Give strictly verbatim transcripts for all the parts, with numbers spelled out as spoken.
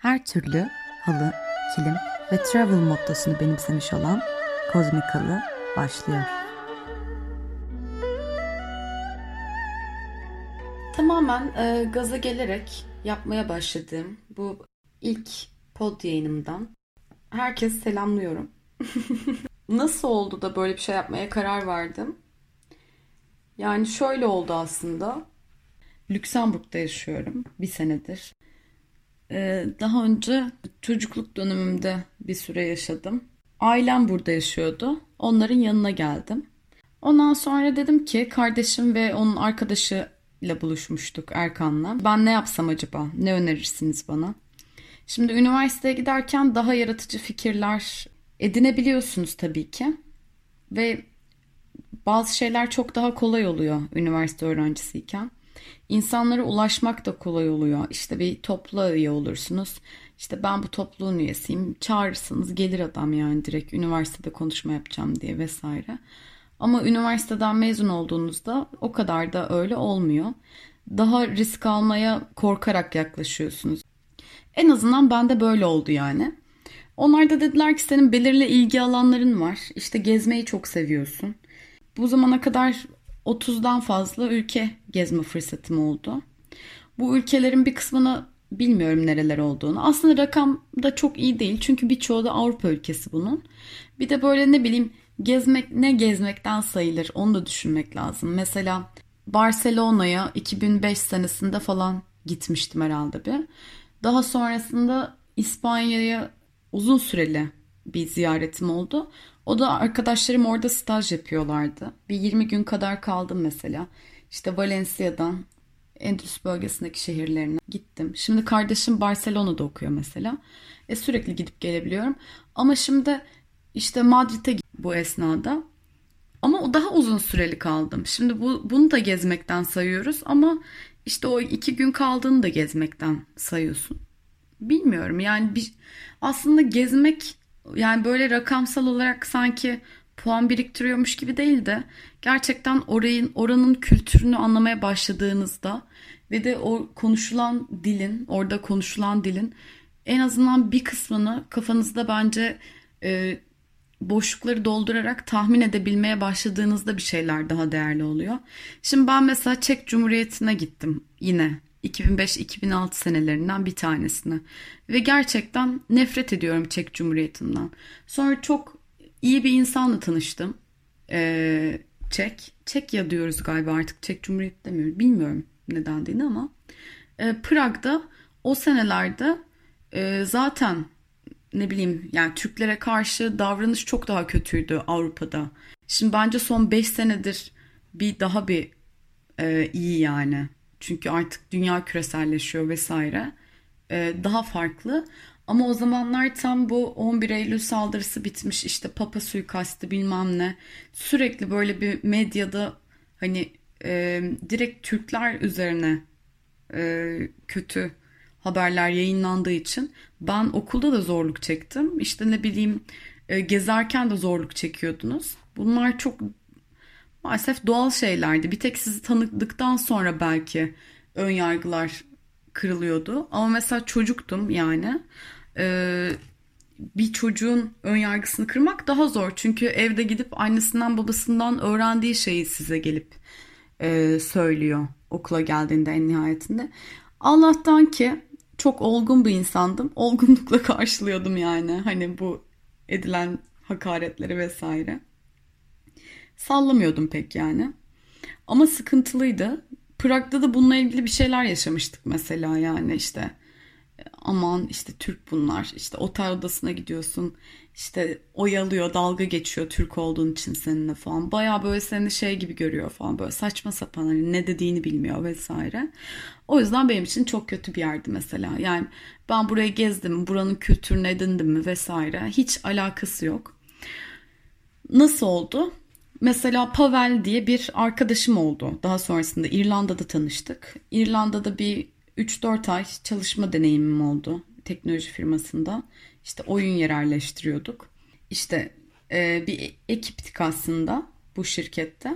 her türlü halı, kilim ve travel mottosunu benimsemiş olan Kozmik Halı başlıyor. Tamamen e, gaza gelerek yapmaya başladığım bu ilk pod yayınımdan herkes selamlıyorum. Nasıl oldu da böyle bir şey yapmaya karar verdim? Yani şöyle oldu aslında. Lüksemburg'da yaşıyorum bir senedir. Ee, daha önce çocukluk dönemimde bir süre yaşadım. Ailem burada yaşıyordu. Onların yanına geldim. Ondan sonra dedim ki kardeşim ve onun arkadaşıyla buluşmuştuk Erkan'la. Ben ne yapsam acaba? Ne önerirsiniz bana? Şimdi üniversiteye giderken daha yaratıcı fikirler edinebiliyorsunuz tabii ki. Ve bazı şeyler çok daha kolay oluyor üniversite öğrencisiyken. İnsanlara ulaşmak da kolay oluyor. İşte bir topluluğa üye olursunuz. İşte ben bu topluluğun üyesiyim. Çağırırsınız gelir adam yani direkt üniversitede konuşma yapacağım diye vesaire. Ama üniversiteden mezun olduğunuzda o kadar da öyle olmuyor. Daha risk almaya korkarak yaklaşıyorsunuz. En azından bende böyle oldu yani. Onlar da dediler ki senin belirli ilgi alanların var. İşte gezmeyi çok seviyorsun. Bu zamana kadar otuzdan fazla ülke gezme fırsatım oldu. Bu ülkelerin bir kısmını bilmiyorum nereler olduğunu. Aslında rakam da çok iyi değil. Çünkü birçoğu da Avrupa ülkesi bunun. Bir de böyle ne bileyim gezmek ne gezmekten sayılır onu da düşünmek lazım. Mesela Barcelona'ya iki bin beş senesinde falan gitmiştim herhalde bir. Daha sonrasında İspanya'ya uzun süreli bir ziyaretim oldu. O da arkadaşlarım orada staj yapıyorlardı. Bir yirmi gün kadar kaldım mesela. İşte Valencia'dan Endülüs bölgesindeki şehirlerine gittim. Şimdi kardeşim Barcelona'da okuyor mesela. E sürekli gidip gelebiliyorum. Ama şimdi işte Madrid'e gittim bu esnada. Ama o daha uzun süreli kaldım. Şimdi bu, bunu da gezmekten sayıyoruz ama işte o iki gün kaldığını da gezmekten sayıyorsun. Bilmiyorum yani bir, aslında gezmek yani böyle rakamsal olarak sanki puan biriktiriyormuş gibi değil de gerçekten orayın oranın kültürünü anlamaya başladığınızda ve de o konuşulan dilin orada konuşulan dilin en azından bir kısmını kafanızda bence e, boşlukları doldurarak tahmin edebilmeye başladığınızda bir şeyler daha değerli oluyor. Şimdi ben mesela Çek Cumhuriyeti'ne gittim yine iki bin beş iki bin altı senelerinden bir tanesine ve gerçekten nefret ediyorum Çek Cumhuriyeti'nden. Sonra çok iyi bir insanla tanıştım. Ee, Çek. Çekya diyoruz galiba artık Çek Cumhuriyeti demiyoruz. Bilmiyorum neden dediğini ama. Ee, Prag'da o senelerde e, zaten ne bileyim yani Türklere karşı davranış çok daha kötüydü Avrupa'da. Şimdi bence son beş senedir bir daha bir e, iyi yani. Çünkü artık dünya küreselleşiyor vesaire. E, daha farklı. Ama o zamanlar tam bu on bir Eylül saldırısı bitmiş işte Papa suikastı bilmem ne. Sürekli böyle bir medyada hani e, direkt Türkler üzerine e, kötü haberler yayınlandığı için ben okulda da zorluk çektim. İşte ne bileyim e, gezerken de zorluk çekiyordunuz. Bunlar çok maalesef doğal şeylerdi. Bir tek sizi tanıdıktan sonra belki ön yargılar kırılıyordu. Ama mesela çocuktum yani. Ee, bir çocuğun ön yargısını kırmak daha zor. Çünkü evde gidip annesinden babasından öğrendiği şeyi size gelip e, söylüyor okula geldiğinde en nihayetinde. Allah'tan ki çok olgun bir insandım. Olgunlukla karşılıyordum yani hani bu edilen hakaretleri vesaire. Sallamıyordum pek yani. Ama sıkıntılıydı. Prag'da da bununla ilgili bir şeyler yaşamıştık mesela yani işte aman işte Türk bunlar işte otel odasına gidiyorsun işte oyalıyor dalga geçiyor Türk olduğun için seninle falan baya böyle seni şey gibi görüyor falan böyle saçma sapan hani ne dediğini bilmiyor vesaire. O yüzden benim için çok kötü bir yerdi mesela yani ben burayı gezdim buranın kültürünü edindim mi vesaire hiç alakası yok. Nasıl oldu? Mesela Pavel diye bir arkadaşım oldu. Daha sonrasında İrlanda'da tanıştık. İrlanda'da bir üç dört ay çalışma deneyimim oldu teknoloji firmasında. İşte oyun yerelleştiriyorduk. İşte e, bir ekiptik aslında bu şirkette.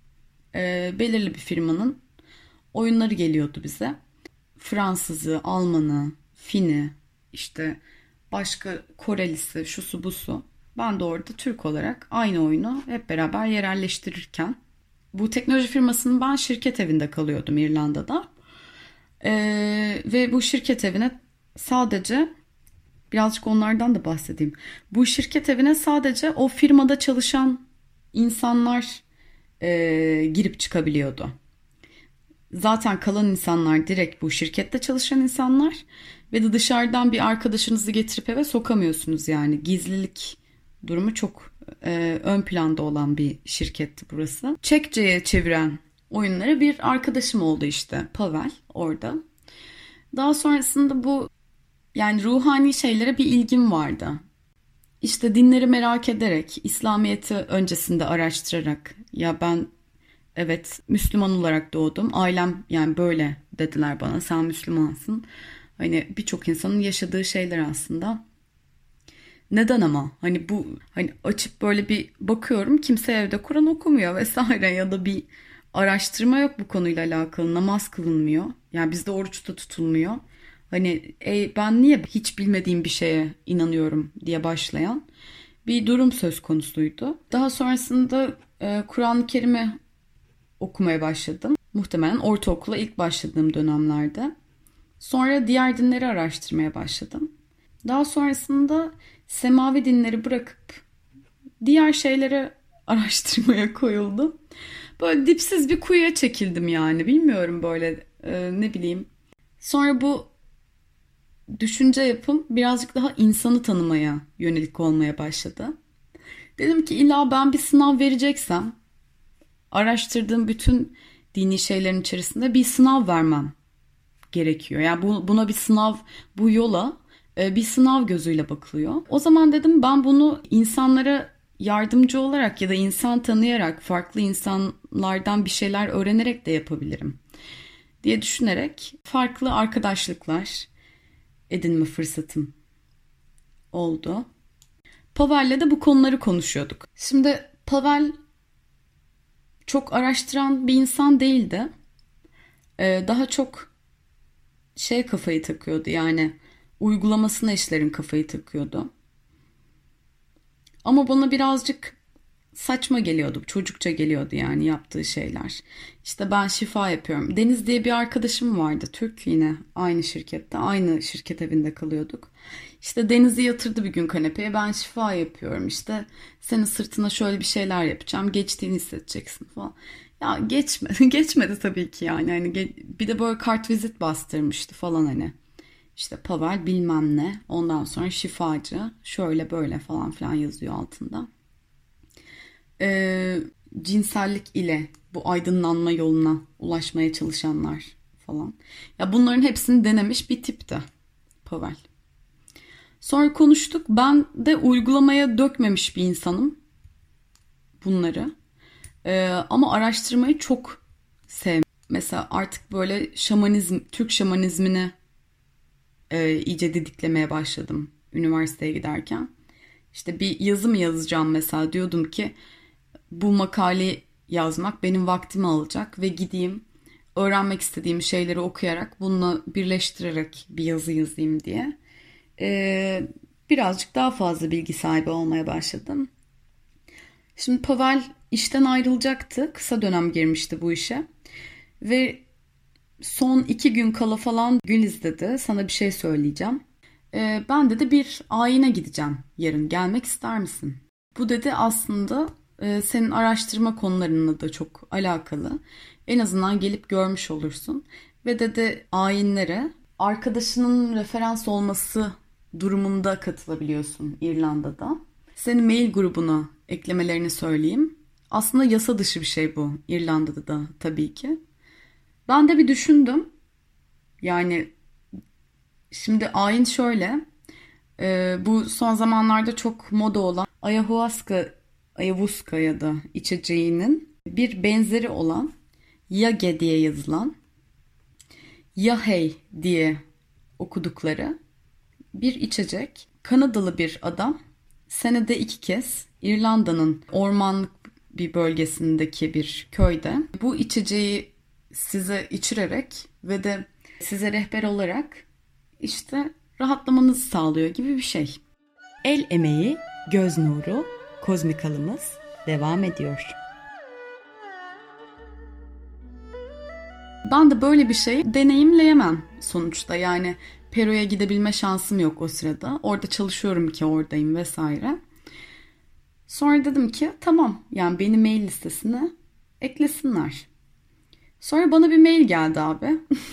E, belirli bir firmanın oyunları geliyordu bize. Fransızı, Almanı, Fin'i. işte başka Korelisi, şusu busu. Ben de orada Türk olarak aynı oyunu hep beraber yerelleştirirken bu teknoloji firmasının ben şirket evinde kalıyordum İrlanda'da. Ee, ve bu şirket evine sadece birazcık onlardan da bahsedeyim. Bu şirket evine sadece o firmada çalışan insanlar e, girip çıkabiliyordu. Zaten kalan insanlar direkt bu şirkette çalışan insanlar ve de dışarıdan bir arkadaşınızı getirip eve sokamıyorsunuz yani. Gizlilik durumu çok e, ön planda olan bir şirketti burası. Çekçe'ye çeviren oyunlara bir arkadaşım oldu işte, Pavel orada. Daha sonrasında bu yani ruhani şeylere bir ilgim vardı. İşte dinleri merak ederek, İslamiyet'i öncesinde araştırarak, ya ben evet Müslüman olarak doğdum. Ailem yani böyle dediler bana, sen Müslümansın. Hani birçok insanın yaşadığı şeyler aslında. Neden ama? Hani bu hani açıp böyle bir bakıyorum, kimse evde Kur'an okumuyor vesaire ya da bir araştırma yok bu konuyla alakalı. Namaz kılınmıyor. Yani bizde oruç da tutulmuyor. Hani e, ben niye hiç bilmediğim bir şeye inanıyorum diye başlayan bir durum söz konusuydu. Daha sonrasında e, Kur'an-ı Kerim'i okumaya başladım. Muhtemelen ortaokula ilk başladığım dönemlerde. Sonra diğer dinleri araştırmaya başladım. Daha sonrasında semavi dinleri bırakıp diğer şeyleri araştırmaya koyuldum. Böyle dipsiz bir kuyuya çekildim yani. Bilmiyorum böyle e, ne bileyim. Sonra bu düşünce yapım birazcık daha insanı tanımaya yönelik olmaya başladı. Dedim ki illa ben bir sınav vereceksem araştırdığım bütün dini şeylerin içerisinde bir sınav vermem gerekiyor. Yani bu, buna bir sınav, bu yola e, bir sınav gözüyle bakılıyor. O zaman dedim ben bunu insanlara yardımcı olarak ya da insan tanıyarak, farklı insanlardan bir şeyler öğrenerek de yapabilirim diye düşünerek farklı arkadaşlıklar edinme fırsatım oldu. Pavel'le de bu konuları konuşuyorduk. Şimdi Pavel çok araştıran bir insan değildi. Ee, daha çok şey kafayı takıyordu yani uygulamasına işlerin kafayı takıyordu. Ama bana birazcık saçma geliyordu, çocukça geliyordu yani yaptığı şeyler. İşte ben şifa yapıyorum. Deniz diye bir arkadaşım vardı, Türk, yine aynı şirkette, aynı şirket evinde kalıyorduk. İşte Deniz'i yatırdı bir gün kanepeye, ben şifa yapıyorum işte senin sırtına şöyle bir şeyler yapacağım, geçtiğini hissedeceksin falan. Ya geçmedi, geçmedi tabii ki yani. Hani bir de böyle kartvizit bastırmıştı falan hani. İşte Pavel bilmem ne, ondan sonra şifacı, şöyle böyle falan filan yazıyor altında. Ee, cinsellik ile bu aydınlanma yoluna ulaşmaya çalışanlar falan. Ya bunların hepsini denemiş bir tipti Pavel. Sonra konuştuk. Ben de uygulamaya dökmemiş bir insanım bunları. Ee, ama araştırmayı çok sevdim. Mesela artık böyle şamanizm, Türk şamanizmini e, iyice didiklemeye başladım üniversiteye giderken. İşte bir yazı mı yazacağım mesela, diyordum ki bu makale yazmak benim vaktimi alacak ve gideyim öğrenmek istediğim şeyleri okuyarak bununla birleştirerek bir yazı yazayım diye. Ee, birazcık daha fazla bilgi sahibi olmaya başladım. Şimdi Pavel işten ayrılacaktı. Kısa dönem girmişti bu işe. Ve son iki gün kala falan Güliz dedi, sana bir şey söyleyeceğim. Ee, ben dedi bir ayine gideceğim yarın, gelmek ister misin? Bu dedi aslında e, senin araştırma konularınla da çok alakalı. En azından gelip görmüş olursun. Ve dedi ayinlere arkadaşının referans olması durumunda katılabiliyorsun İrlanda'da. Seni mail grubuna eklemelerini söyleyeyim. Aslında yasa dışı bir şey bu İrlanda'da da tabii ki. Ben de bir düşündüm. Yani şimdi ayin şöyle. E, bu son zamanlarda çok moda olan ayahuasca, ayahuasca ya da içeceğinin bir benzeri olan yage diye yazılan, yahey diye okudukları bir içecek. Kanadalı bir adam senede iki kez İrlanda'nın ormanlık bir bölgesindeki bir köyde bu içeceği size içirerek ve de size rehber olarak işte rahatlamanızı sağlıyor gibi bir şey. El emeği, göz nuru, kozmik halımız devam ediyor. Ben de böyle bir şey deneyimleyemem sonuçta. Yani Peru'ya gidebilme şansım yok o sırada. Orada çalışıyorum ki oradayım vesaire. Sonra dedim ki tamam, yani beni mail listesine eklesinler. Sonra bana bir mail geldi abi.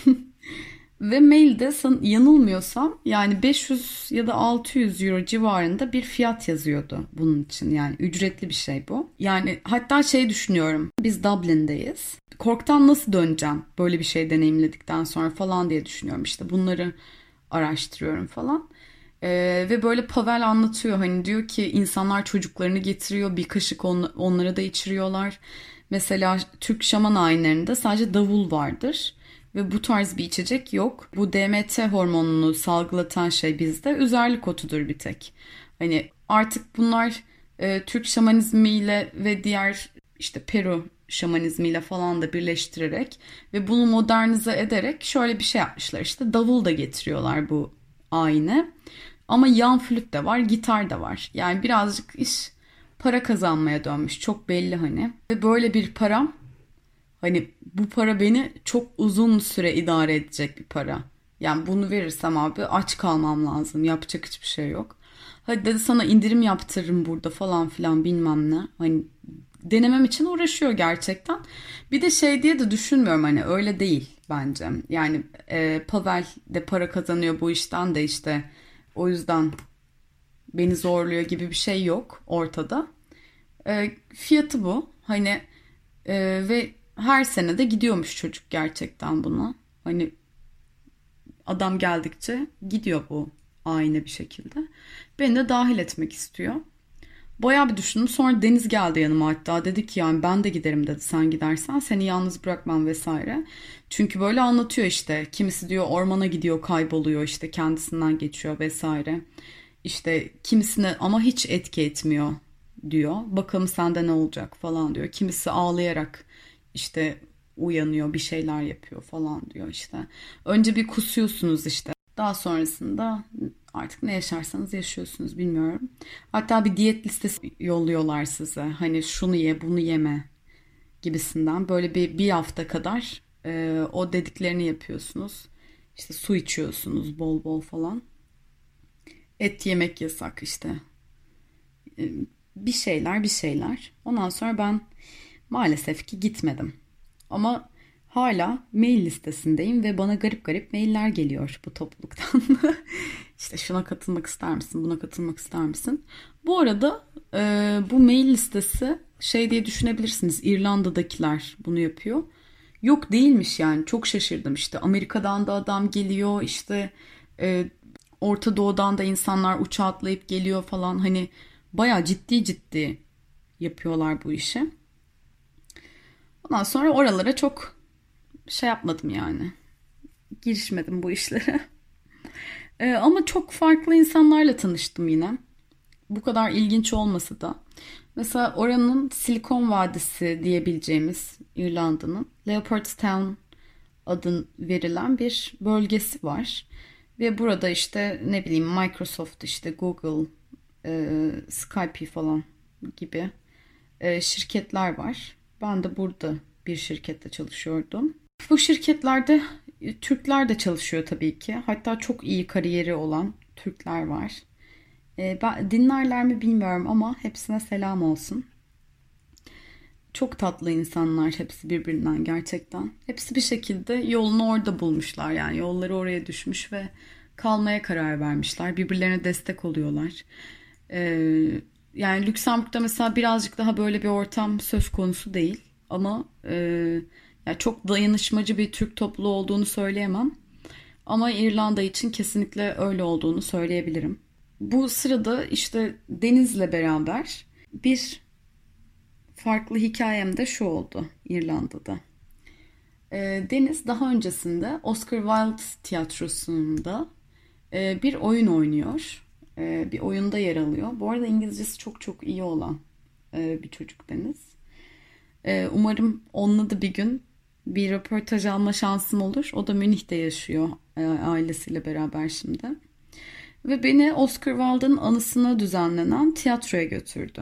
Ve mailde san- yanılmıyorsam yani beş yüz ya da altı yüz euro civarında bir fiyat yazıyordu bunun için. Yani ücretli bir şey bu. Yani hatta şey düşünüyorum. Biz Dublin'deyiz. Kork'tan nasıl döneceğim böyle bir şey deneyimledikten sonra falan diye düşünüyorum. İşte bunları araştırıyorum falan. Ee, ve böyle Pavel anlatıyor, hani diyor ki insanlar çocuklarını getiriyor, bir kaşık on, onlara da içiriyorlar. Mesela Türk şaman ayinlerinde sadece davul vardır ve bu tarz bir içecek yok. Bu D M T hormonunu salgılatan şey bizde üzerlik otudur bir tek. Hani artık bunlar e, Türk şamanizmiyle ve diğer işte Peru şamanizmiyle falan da birleştirerek ve bunu modernize ederek şöyle bir şey yapmışlar. İşte davul da getiriyorlar bu ayine. Ama yan flüt de var, gitar da var. Yani birazcık iş para kazanmaya dönmüş. Çok belli hani. Ve böyle bir param, hani bu para beni çok uzun süre idare edecek bir para. Yani bunu verirsem abi aç kalmam lazım. Yapacak hiçbir şey yok. Hadi dedi sana indirim yaptırırım burada falan filan bilmem ne. Hani denemem için uğraşıyor gerçekten. Bir de şey diye de düşünmüyorum, hani öyle değil bence. Yani e, Pavel de para kazanıyor bu işten de işte o yüzden beni zorluyor gibi bir şey yok ortada. E, fiyatı bu. Hani e, ve her sene de gidiyormuş çocuk gerçekten buna. Hani adam geldikçe gidiyor bu ayna bir şekilde. Beni de dahil etmek istiyor. Bayağı bir düşündüm. Sonra Deniz geldi yanıma hatta. Dedi ki yani ben de giderim dedi. Sen gidersen seni yalnız bırakmam vesaire. Çünkü böyle anlatıyor işte. Kimisi diyor ormana gidiyor, kayboluyor, işte kendisinden geçiyor vesaire. İşte kimisine ama hiç etki etmiyor diyor. Bakalım sende ne olacak falan diyor. Kimisi ağlayarak işte uyanıyor, bir şeyler yapıyor falan diyor işte. Önce bir kusuyorsunuz işte. Daha sonrasında artık ne yaşarsanız yaşıyorsunuz, bilmiyorum. Hatta bir diyet listesi yolluyorlar size. Hani şunu ye, bunu yeme gibisinden. Böyle bir, bir hafta kadar e, o dediklerini yapıyorsunuz. İşte su içiyorsunuz bol bol falan. Et yemek yasak işte. E, bir şeyler bir şeyler. Ondan sonra ben maalesef ki gitmedim. Ama hala mail listesindeyim ve bana garip garip mailler geliyor bu topluluktan. İşte şuna katılmak ister misin, buna katılmak ister misin? Bu arada e, bu mail listesi şey diye düşünebilirsiniz. İrlanda'dakiler bunu yapıyor. Yok değilmiş yani, çok şaşırdım işte. Amerika'dan da adam geliyor işte, e, Orta Doğu'dan da insanlar uçağa atlayıp geliyor falan. Hani bayağı ciddi ciddi yapıyorlar bu işi. Ondan sonra oralara çok şey yapmadım yani. Girişmedim bu işlere. Ee, ama çok farklı insanlarla tanıştım yine. Bu kadar ilginç olmasa da. Mesela oranın Silikon Vadisi diyebileceğimiz İrlanda'nın Leopardstown adın verilen bir bölgesi var. Ve burada işte ne bileyim Microsoft, işte Google, e, Skype falan gibi e, şirketler var. Ben de burada bir şirkette çalışıyordum. Bu şirketlerde e, Türkler de çalışıyor tabii ki. Hatta çok iyi kariyeri olan Türkler var. E, ben, dinlerler mi bilmiyorum ama hepsine selam olsun. Çok tatlı insanlar hepsi birbirinden gerçekten. Hepsi bir şekilde yolunu orada bulmuşlar, yani yolları oraya düşmüş ve kalmaya karar vermişler. Birbirlerine destek oluyorlar. Ee, yani Lüksemburg'da mesela birazcık daha böyle bir ortam söz konusu değil. Ama e, yani çok dayanışmacı bir Türk topluluğu olduğunu söyleyemem. Ama İrlanda için kesinlikle öyle olduğunu söyleyebilirim. Bu sırada işte Deniz'le beraber bir farklı hikayem de şu oldu İrlanda'da. E, Deniz daha öncesinde Oscar Wilde tiyatrosunda e, bir oyun oynuyor. E, bir oyunda yer alıyor. Bu arada İngilizcesi çok çok iyi olan e, bir çocuk Deniz. E, umarım onunla da bir gün bir röportaj alma şansım olur. O da Münih'te yaşıyor e, ailesiyle beraber şimdi. Ve beni Oscar Wilde'ın anısına düzenlenen tiyatroya götürdü.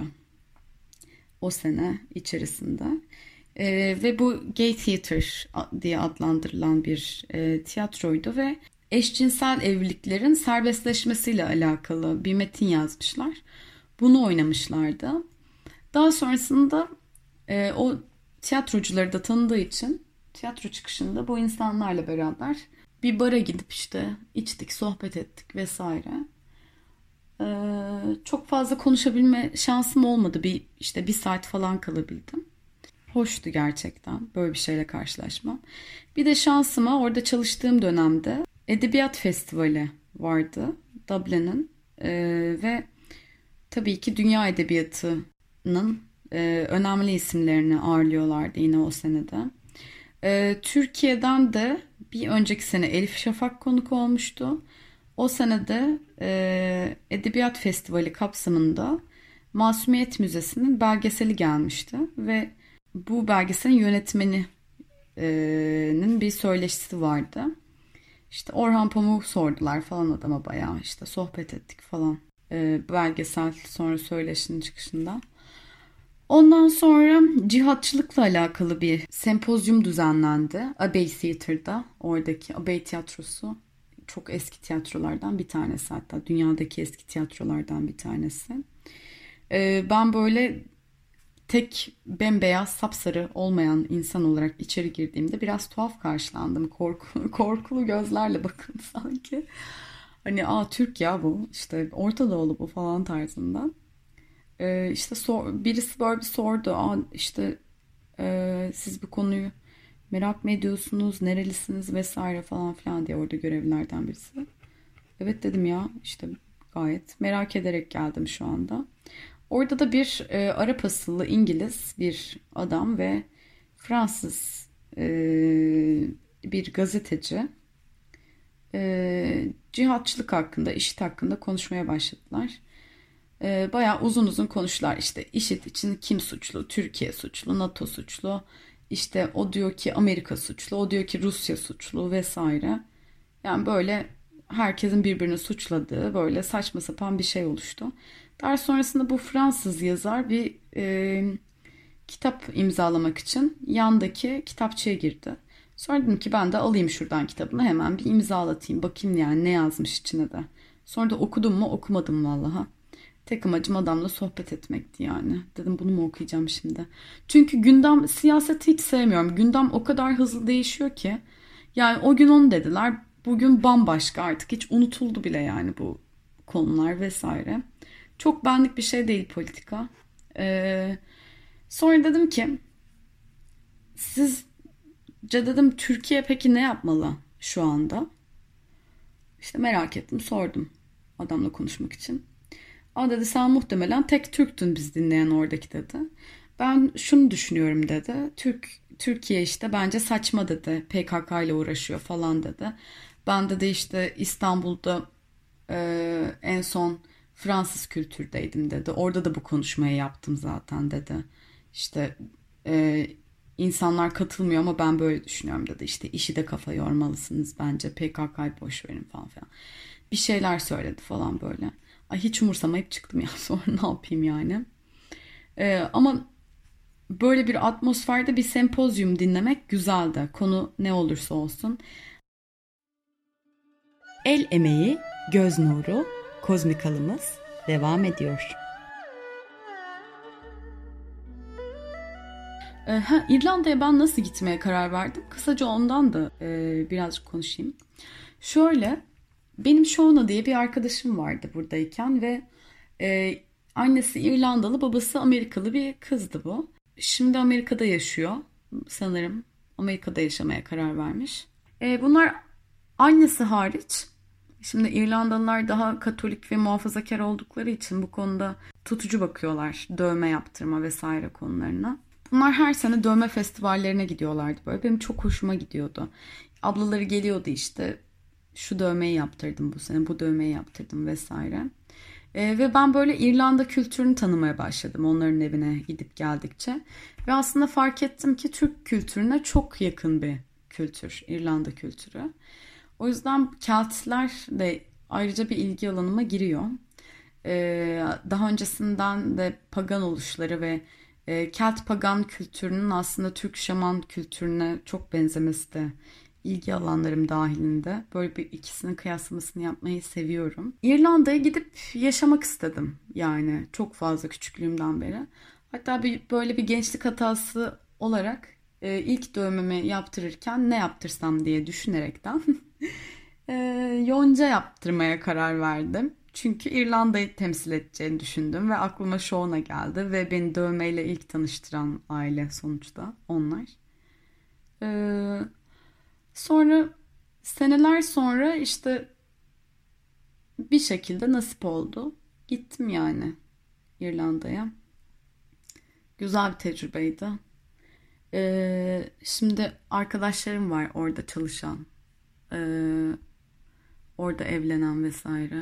O sene içerisinde. Ee, ve bu gay theater diye adlandırılan bir e, tiyatroydu ve eşcinsel evliliklerin serbestleşmesiyle alakalı bir metin yazmışlar. Bunu oynamışlardı. Daha sonrasında e, o tiyatrocuları da tanıdığı için tiyatro çıkışında bu insanlarla beraber bir bara gidip işte içtik, sohbet ettik vesaire. Ee, çok fazla konuşabilme şansım olmadı. Bir işte bir saat falan kalabildim. Hoştu gerçekten böyle bir şeyle karşılaşmam. Bir de şansıma orada çalıştığım dönemde Edebiyat Festivali vardı Dublin'in ee, ve tabii ki dünya edebiyatının e, önemli isimlerini ağırlıyorlardı yine o senede. E, Türkiye'den de bir önceki sene Elif Şafak konuk olmuştu. O senede e, Edebiyat Festivali kapsamında Masumiyet Müzesi'nin belgeseli gelmişti ve bu belgeselin yönetmeninin bir söyleşisi vardı. İşte Orhan Pamuk'u sordular falan adama, bayağı işte sohbet ettik falan. E, belgesel sonra söyleşinin çıkışında. Ondan sonra cihatçılıkla alakalı bir sempozyum düzenlendi. Abbey Theater'da. Oradaki Abbey Tiyatrosu çok eski tiyatrolardan bir tanesi, hatta dünyadaki eski tiyatrolardan bir tanesi. Ee, ben böyle tek bembeyaz sapsarı olmayan insan olarak içeri girdiğimde biraz tuhaf karşılandım. Korku, korkulu gözlerle bakın sanki. Hani aa Türk ya bu, işte Orta Doğulu bu falan tarzından. Ee, işte sor, birisi böyle bir sordu. Aa, işte e, siz bu konuyu merak mı ediyorsunuz? Nerelisiniz vesaire falan filan diye, orada görevlilerden birisi. Evet dedim ya, işte gayet merak ederek geldim şu anda. Orada da bir e, Arap asıllı İngiliz bir adam ve Fransız e, bir gazeteci e, cihatçılık hakkında, IŞİD hakkında konuşmaya başladılar. E, bayağı uzun uzun konuştular. İşte IŞİD için kim suçlu? Türkiye suçlu, NATO suçlu. İşte o diyor ki Amerika suçlu, o diyor ki Rusya suçlu vesaire. Yani böyle herkesin birbirini suçladığı böyle saçma sapan bir şey oluştu. Daha sonrasında bu Fransız yazar bir e, kitap imzalamak için yandaki kitapçıya girdi. Sonra dedim ki ben de alayım şuradan kitabını, hemen bir imzalatayım. Bakayım yani ne yazmış içine de. Sonra da okudum mu okumadım vallaha. Tek amacım adamla sohbet etmekti yani. Dedim bunu mu okuyacağım şimdi? Çünkü gündem, siyaseti hiç sevmiyorum. Gündem o kadar hızlı değişiyor ki. Yani o gün onu dediler. Bugün bambaşka, artık hiç unutuldu bile yani bu konular vesaire. Çok benlik bir şey değil politika. Ee, sonra dedim ki sizce dedim Türkiye peki ne yapmalı şu anda? İşte merak ettim, sordum adamla konuşmak için. Aa dedi, sen muhtemelen tek Türktün biz dinleyen oradaki dedi. Ben şunu düşünüyorum dedi. Türk Türkiye işte bence saçma dedi. P K K ile uğraşıyor falan dedi. Ben de işte İstanbul'da e, en son Fransız kültürdeydim dedi. Orada da bu konuşmayı yaptım zaten dedi. İşte e, insanlar katılmıyor ama ben böyle düşünüyorum dedi. İşte işi de kafa yormalısınız bence. P K K'yı boş verin falan filan. Bir şeyler söyledi falan böyle. Ay hiç umursamayıp çıktım ya, sonra ne yapayım yani. Ee, ama böyle bir atmosferde bir sempozyum dinlemek güzeldi. Konu ne olursa olsun. El emeği, göz nuru, kozmik halımız devam ediyor. Ee, ha, İrlanda'ya ben nasıl gitmeye karar verdim? Kısaca ondan da e, birazcık konuşayım. Şöyle, benim Shona diye bir arkadaşım vardı buradayken ve e, annesi İrlandalı, babası Amerikalı bir kızdı bu. Şimdi Amerika'da yaşıyor. Sanırım Amerika'da yaşamaya karar vermiş. E, bunlar annesi hariç, şimdi İrlandalılar daha Katolik ve muhafazakar oldukları için bu konuda tutucu bakıyorlar dövme yaptırma vesaire konularına. Bunlar her sene dövme festivallerine gidiyorlardı böyle. Benim çok hoşuma gidiyordu. Ablaları geliyordu işte, şu dövmeyi yaptırdım bu sene, bu dövmeyi yaptırdım vesaire. Ee, ve ben böyle İrlanda kültürünü tanımaya başladım onların evine gidip geldikçe. Ve aslında fark ettim ki Türk kültürüne çok yakın bir kültür İrlanda kültürü. O yüzden Keltler de ayrıca bir ilgi alanıma giriyor. Ee, daha öncesinden de pagan oluşları ve e, Kelt pagan kültürünün aslında Türk şaman kültürüne çok benzemesi de ilgi alanlarım dahilinde. Böyle bir ikisinin kıyaslamasını yapmayı seviyorum. İrlanda'ya gidip yaşamak istedim yani çok fazla küçüklüğümden beri. Hatta bir, böyle bir gençlik hatası olarak e, ilk dövmemi yaptırırken ne yaptırsam diye düşünerekten e, yonca yaptırmaya karar verdim. Çünkü İrlanda'yı temsil edeceğini düşündüm ve aklıma Shona geldi ve beni dövmeyle ilk tanıştıran aile sonuçta onlar. Ee, Sonra seneler sonra işte bir şekilde nasip oldu. Gittim yani İrlanda'ya. Güzel bir tecrübeydi. Ee, şimdi arkadaşlarım var orada çalışan, ee, orada evlenen vesaire.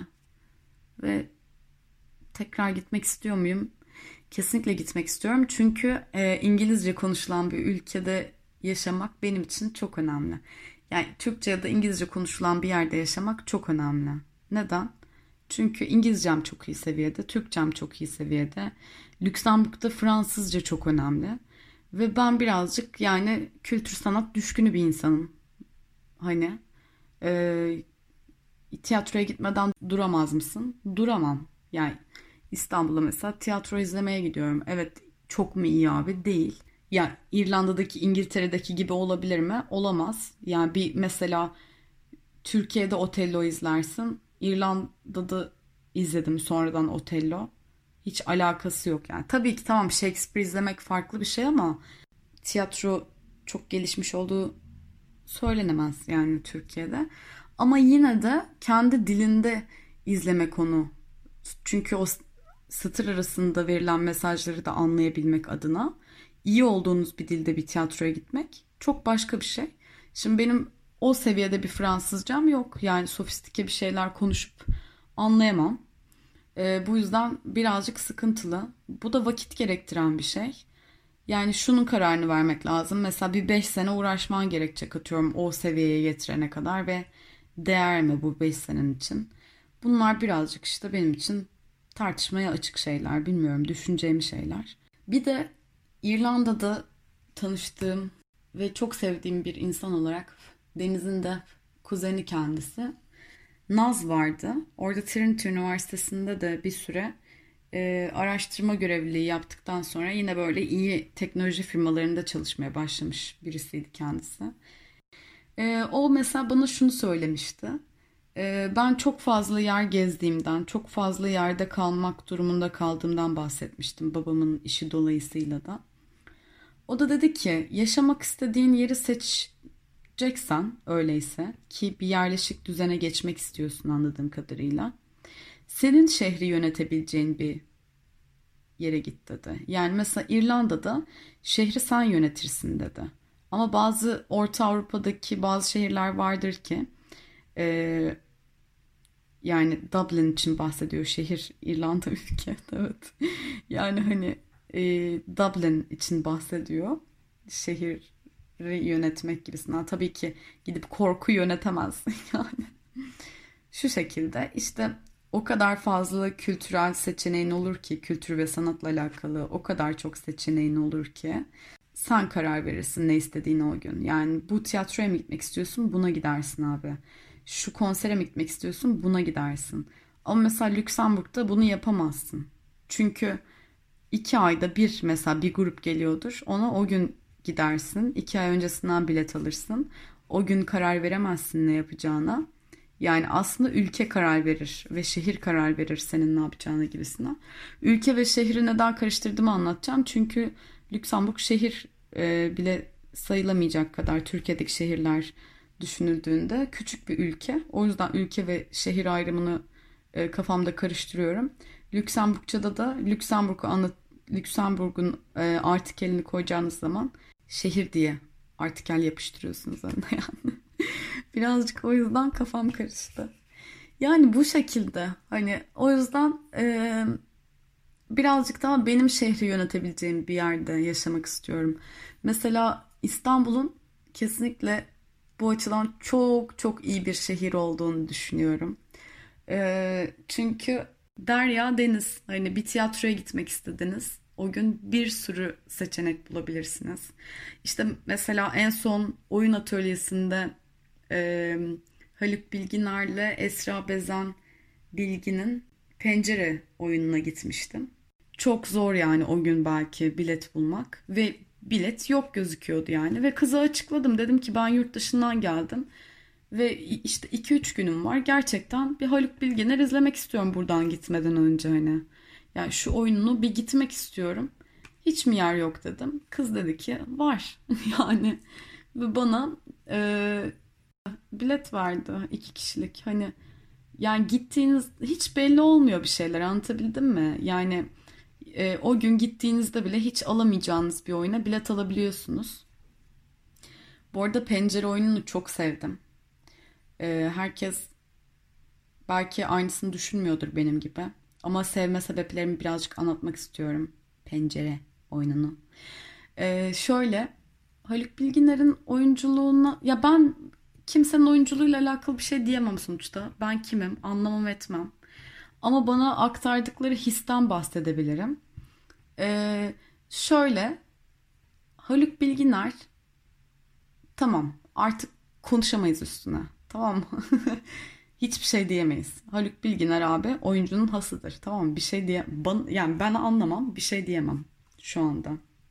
Ve tekrar gitmek istiyor muyum? Kesinlikle gitmek istiyorum. Çünkü e, İngilizce konuşulan bir ülkede yaşamak benim için çok önemli. Yani Türkçe ya da İngilizce konuşulan bir yerde yaşamak çok önemli. Neden? Çünkü İngilizcem çok iyi seviyede, Türkçem çok iyi seviyede. Lüksemburg'da Fransızca çok önemli. Ve ben birazcık yani kültür sanat düşkünü bir insanım. Hani e, tiyatroya gitmeden duramaz mısın? Duramam. Yani İstanbul'a mesela tiyatro izlemeye gidiyorum. Evet, çok mu iyi abi? Değil. Yani İrlanda'daki, İngiltere'deki gibi olabilir mi? Olamaz. Yani bir mesela Türkiye'de Otello izlersin. İrlanda'da izledim sonradan Otello. Hiç alakası yok yani. Tabii ki tamam, Shakespeare izlemek farklı bir şey ama tiyatro çok gelişmiş olduğu söylenemez yani Türkiye'de. Ama yine de kendi dilinde izlemek onu. Çünkü o satır arasında verilen mesajları da anlayabilmek adına iyi olduğunuz bir dilde bir tiyatroya gitmek çok başka bir şey. Şimdi benim o seviyede bir Fransızcam yok. Yani sofistike bir şeyler konuşup anlayamam. Ee, bu yüzden birazcık sıkıntılı. Bu da vakit gerektiren bir şey. Yani şunun kararını vermek lazım. Mesela bir beş sene uğraşman gerekecek atıyorum o seviyeye getirene kadar ve değer mi bu beş senenin için? Bunlar birazcık işte benim için tartışmaya açık şeyler. Bilmiyorum, düşüneceğim şeyler. Bir de İrlanda'da tanıştığım ve çok sevdiğim bir insan olarak Deniz'in de kuzeni kendisi. Naz vardı. Orada Trinity Üniversitesi'nde de bir süre e, araştırma görevliliği yaptıktan sonra yine böyle iyi teknoloji firmalarında çalışmaya başlamış birisiydi kendisi. E, o mesela bana şunu söylemişti. E, ben çok fazla yer gezdiğimden, çok fazla yerde kalmak durumunda kaldığımdan bahsetmiştim babamın işi dolayısıyla da. O da dedi ki yaşamak istediğin yeri seçeceksen öyleyse ki bir yerleşik düzene geçmek istiyorsun anladığım kadarıyla. Senin şehri yönetebileceğin bir yere git dedi. Yani mesela İrlanda'da şehri sen yönetirsin dedi. Ama bazı Orta Avrupa'daki bazı şehirler vardır ki e, yani Dublin için bahsediyor şehir, İrlanda ülke evet. Yani hani e, Dublin için bahsediyor şehri yönetmek gibisinden. Tabii ki gidip korku yönetemez yani. Şu şekilde işte o kadar fazla kültürel seçeneğin olur ki, kültür ve sanatla alakalı o kadar çok seçeneğin olur ki sen karar verirsin ne istediğini o gün. Yani bu tiyatroya mı gitmek istiyorsun? Buna gidersin abi. Şu konsere mi gitmek istiyorsun? Buna gidersin. Ama mesela Lüksemburg'da bunu yapamazsın. Çünkü iki ayda bir mesela bir grup geliyordur. Ona o gün gidersin. İki ay öncesinden bilet alırsın. O gün karar veremezsin ne yapacağına. Yani aslında ülke karar verir ve şehir karar verir senin ne yapacağına gibisine. Ülke ve şehri neden karıştırdığımı anlatacağım. Çünkü Lüksemburg şehir e, bile sayılamayacak kadar Türkiye'deki şehirler düşünüldüğünde küçük bir ülke. O yüzden ülke ve şehir ayrımını e, kafamda karıştırıyorum. Lüksemburgça'da da Lüksemburg'u anlat Lüksemburg'un e, artikelini koyacağınız zaman şehir diye artikel yapıştırıyorsunuz önüne yani. Birazcık o yüzden kafam karıştı. Yani bu şekilde hani o yüzden e, birazcık daha benim şehri yönetebileceğim bir yerde yaşamak istiyorum. Mesela İstanbul'un kesinlikle bu açıdan çok çok iyi bir şehir olduğunu düşünüyorum. Ee, çünkü Derya Deniz, hani bir tiyatroya gitmek istediniz. O gün bir sürü seçenek bulabilirsiniz. İşte mesela en son oyun atölyesinde e, Haluk Bilginer'le Esra Bezen Bilgin'in Pencere oyununa gitmiştim. Çok zor yani o gün belki bilet bulmak ve bilet yok gözüküyordu yani ve kıza açıkladım, dedim ki ben yurt dışından geldim ve işte iki üç günüm var, gerçekten bir Haluk Bilginer izlemek istiyorum buradan gitmeden önce, hani yani şu oyununu bir gitmek istiyorum, hiç mi yer yok dedim. Kız dedi ki var yani ve bana e, bilet verdi, iki kişilik. Hani yani gittiğiniz hiç belli olmuyor bir şeyler, anlatabildim mi? Yani e, o gün gittiğinizde bile hiç alamayacağınız bir oyuna bilet alabiliyorsunuz. Bu arada Pencere oyununu çok sevdim. E, herkes belki aynısını düşünmüyordur benim gibi. Ama sevme sebeplerimi birazcık anlatmak istiyorum. Pencere oyununu. E, şöyle Haluk Bilginer'in oyunculuğuna, ya ben kimsenin oyunculuğuyla alakalı bir şey diyemem sonuçta. Ben kimim? Anlamam etmem. Ama bana aktardıkları histen bahsedebilirim. Ee, şöyle Haluk Bilginer, tamam artık konuşamayız üstüne. Tamam mı? Hiçbir şey diyemeyiz. Haluk Bilginer abi oyuncunun hasıdır. Tamam mı? Bir şey diye ban, yani ben anlamam, bir şey diyemem şu anda.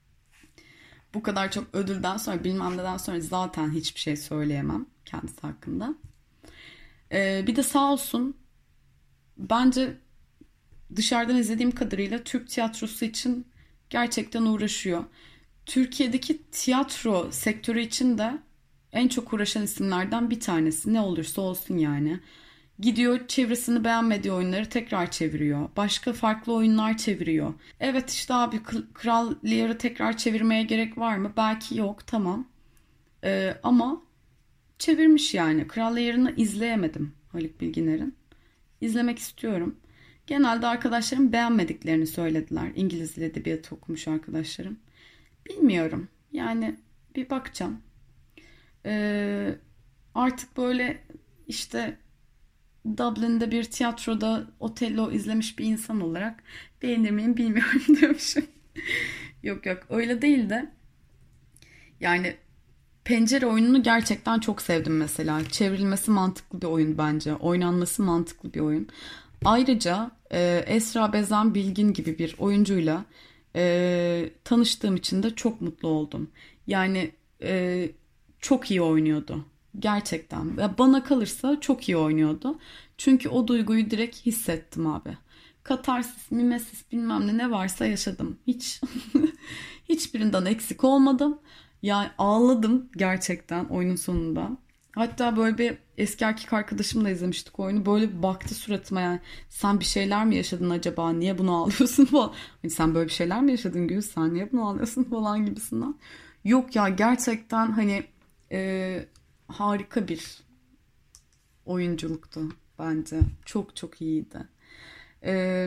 Bu kadar çok ödülden sonra, bilmem neden sonra zaten hiçbir şey söyleyemem kendisi hakkında. Ee, bir de sağ olsun, bence dışarıdan izlediğim kadarıyla Türk tiyatrosu için gerçekten uğraşıyor. Türkiye'deki tiyatro sektörü için de en çok uğraşan isimlerden bir tanesi. Ne olursa olsun yani. Gidiyor, çevresini beğenmediği oyunları tekrar çeviriyor. Başka farklı oyunlar çeviriyor. Evet işte abi, Kral Lear'ı tekrar çevirmeye gerek var mı? Belki yok, tamam. Ee, ama çevirmiş yani. Kral Lear'ını izleyemedim Haluk Bilginer'in. İzlemek istiyorum. Genelde arkadaşlarım beğenmediklerini söylediler. İngiliz Dil Edebiyatı okumuş arkadaşlarım. Bilmiyorum. Yani bir bakacağım. Ee, artık böyle işte Dublin'de bir tiyatroda Otello izlemiş bir insan olarak beğenir miyim bilmiyorum diyormuşum. Yok yok, öyle değil de yani Pencere oyununu gerçekten çok sevdim mesela. Çevrilmesi mantıklı bir oyun bence. Oynanması mantıklı bir oyun. Ayrıca e, Esra Bezen Bilgin gibi bir oyuncuyla e, tanıştığım için de çok mutlu oldum. Yani e, çok iyi oynuyordu. Gerçekten. Ya bana kalırsa çok iyi oynuyordu. Çünkü o duyguyu direkt hissettim abi. Katarsis, mimesis bilmem ne ne varsa yaşadım. Hiç hiçbirinden eksik olmadım. Yani ağladım gerçekten oyunun sonunda. Hatta böyle bir eski erkek arkadaşımla izlemiştik oyunu. Böyle bir baktı suratıma, yani sen bir şeyler mi yaşadın acaba? Niye bunu ağlıyorsun falan. Hani sen böyle bir şeyler mi yaşadın Gül? Sen niye bunu ağlıyorsun falan gibisinden. Yok ya, gerçekten hani e, harika bir oyunculuktu bence. Çok çok iyiydi. E,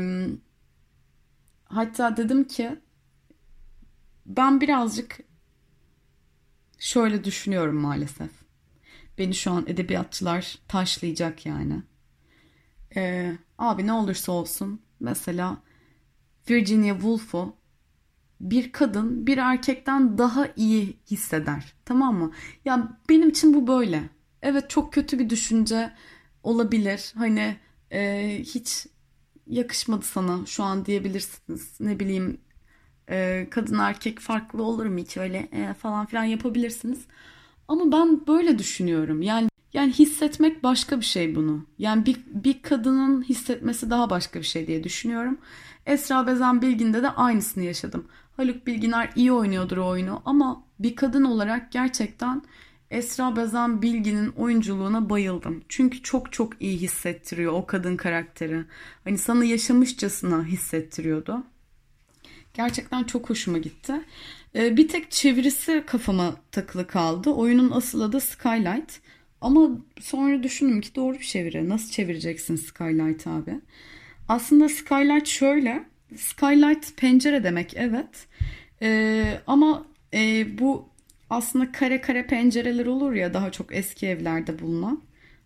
hatta dedim ki ben birazcık şöyle düşünüyorum maalesef. Beni şu an edebiyatçılar taşlayacak yani. Ee, abi ne olursa olsun mesela Virginia Woolf'u bir kadın bir erkekten daha iyi hisseder. Tamam mı? Ya benim için bu böyle. Evet, çok kötü bir düşünce olabilir. Hani e, hiç yakışmadı sana şu an diyebilirsiniz. Ne bileyim, e, kadın erkek farklı olur mu hiç öyle e, falan filan yapabilirsiniz. Ama ben böyle düşünüyorum. Yani yani hissetmek başka bir şey bunu. Yani bir, bir kadının hissetmesi daha başka bir şey diye düşünüyorum. Esra Bezen Bilgin'de de aynısını yaşadım. Haluk Bilginer iyi oynuyordur o oyunu ama bir kadın olarak gerçekten Esra Bezen Bilgin'in oyunculuğuna bayıldım. Çünkü çok çok iyi hissettiriyor o kadın karakteri. Hani sana yaşamışçasına hissettiriyordu. Gerçekten çok hoşuma gitti. Ee, bir tek çevirisi kafama takılı kaldı. Oyunun asıl adı Skylight. Ama sonra düşündüm ki doğru bir çeviri. Nasıl çevireceksin Skylight abi? Aslında Skylight şöyle. Skylight pencere demek, evet. Ee, ama e, bu aslında kare kare pencereler olur ya, daha çok eski evlerde bulunan.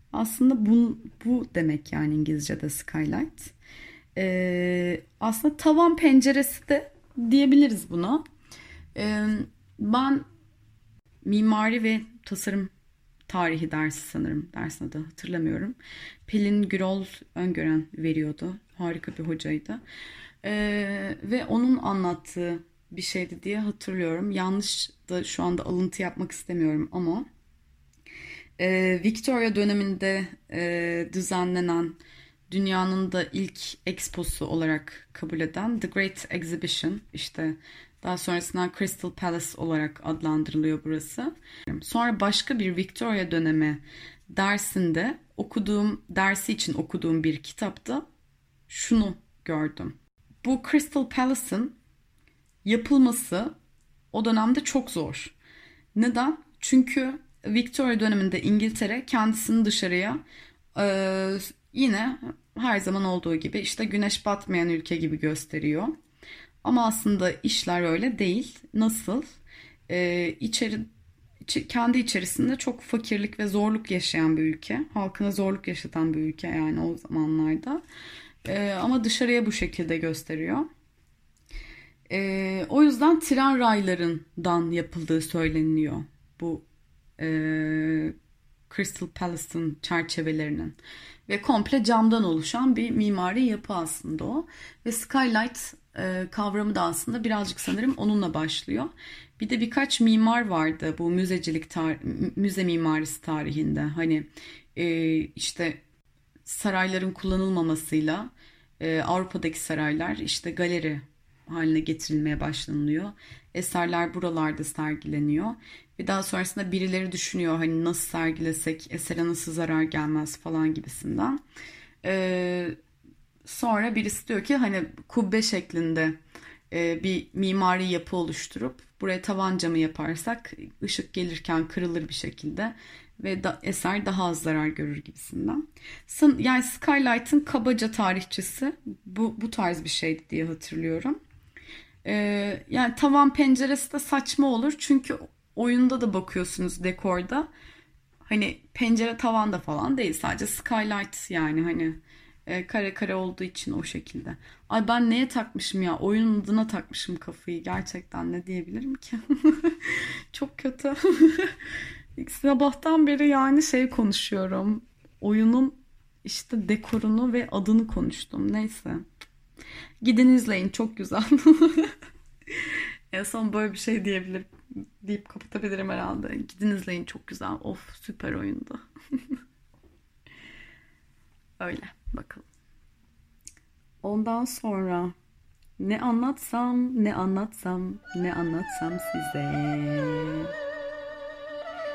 Aslında bu, bu demek yani İngilizce'de skylight. Ee, aslında tavan penceresi de diyebiliriz buna. Ee, ben mimari ve tasarım tarihi dersi sanırım. Dersin adı hatırlamıyorum. Pelin Gürol Öngören veriyordu. Harika bir hocaydı. Ee, ve onun anlattığı bir şeydi diye hatırlıyorum. Yanlış da şu anda alıntı yapmak istemiyorum ama e, Victoria döneminde e, düzenlenen dünyanın da ilk exposu olarak kabul eden The Great Exhibition, işte daha sonrasında Crystal Palace olarak adlandırılıyor burası. Sonra başka bir Victoria dönemi dersinde okuduğum, dersi için okuduğum bir kitapta şunu gördüm. Bu Crystal Palace'ın yapılması o dönemde çok zor. Neden? Çünkü Victoria döneminde İngiltere kendisini dışarıya e, yine her zaman olduğu gibi işte güneş batmayan ülke gibi gösteriyor. Ama aslında işler öyle değil. Nasıl? Ee, içeri, içi- kendi içerisinde çok fakirlik ve zorluk yaşayan bir ülke. Halkına zorluk yaşatan bir ülke yani o zamanlarda. Ee, ama dışarıya bu şekilde gösteriyor. Ee, o yüzden tren raylarından yapıldığı söyleniyor bu e, Crystal Palace'ın çerçevelerinin. Ve komple camdan oluşan bir mimari yapı aslında o. Ve skylight e, kavramı da aslında birazcık sanırım onunla başlıyor. Bir de birkaç mimar vardı bu müzecilik tar- müze mimarisi tarihinde. Hani e, işte sarayların kullanılmamasıyla e, Avrupa'daki saraylar işte galeri haline getirilmeye başlanılıyor. Eserler buralarda sergileniyor. Ve daha sonrasında birileri düşünüyor hani nasıl sergilesek esere nasıl zarar gelmez falan gibisinden. Ee, sonra birisi diyor ki hani kubbe şeklinde e, bir mimari yapı oluşturup buraya tavan camı yaparsak ışık gelirken kırılır bir şekilde ve da, eser daha az zarar görür gibisinden. Yani Skylight'ın kabaca tarihçesi bu, bu tarz bir şeydi diye hatırlıyorum. Ee, yani tavan penceresi de saçma olur çünkü oyunda da bakıyorsunuz dekorda hani pencere tavanda falan değil, sadece skylight yani hani e, kare kare olduğu için o şekilde. Ay ben neye takmışım ya, oyunun adına takmışım kafayı, gerçekten ne diyebilirim ki? Çok kötü. Sabahtan beri yani şey konuşuyorum, oyunun işte dekorunu ve adını konuştum, neyse. Gidin izleyin, çok güzel. En son böyle bir şey diyebilirim deyip kapatabilirim herhalde. Gidin izleyin, çok güzel. Of, süper oyundu. Öyle bakalım. Ondan sonra ne anlatsam, ne anlatsam, ne anlatsam size.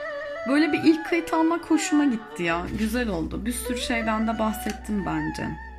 Böyle bir ilk kayıt almak hoşuma gitti ya. Güzel oldu. Bir sürü şeyden de bahsettim bence.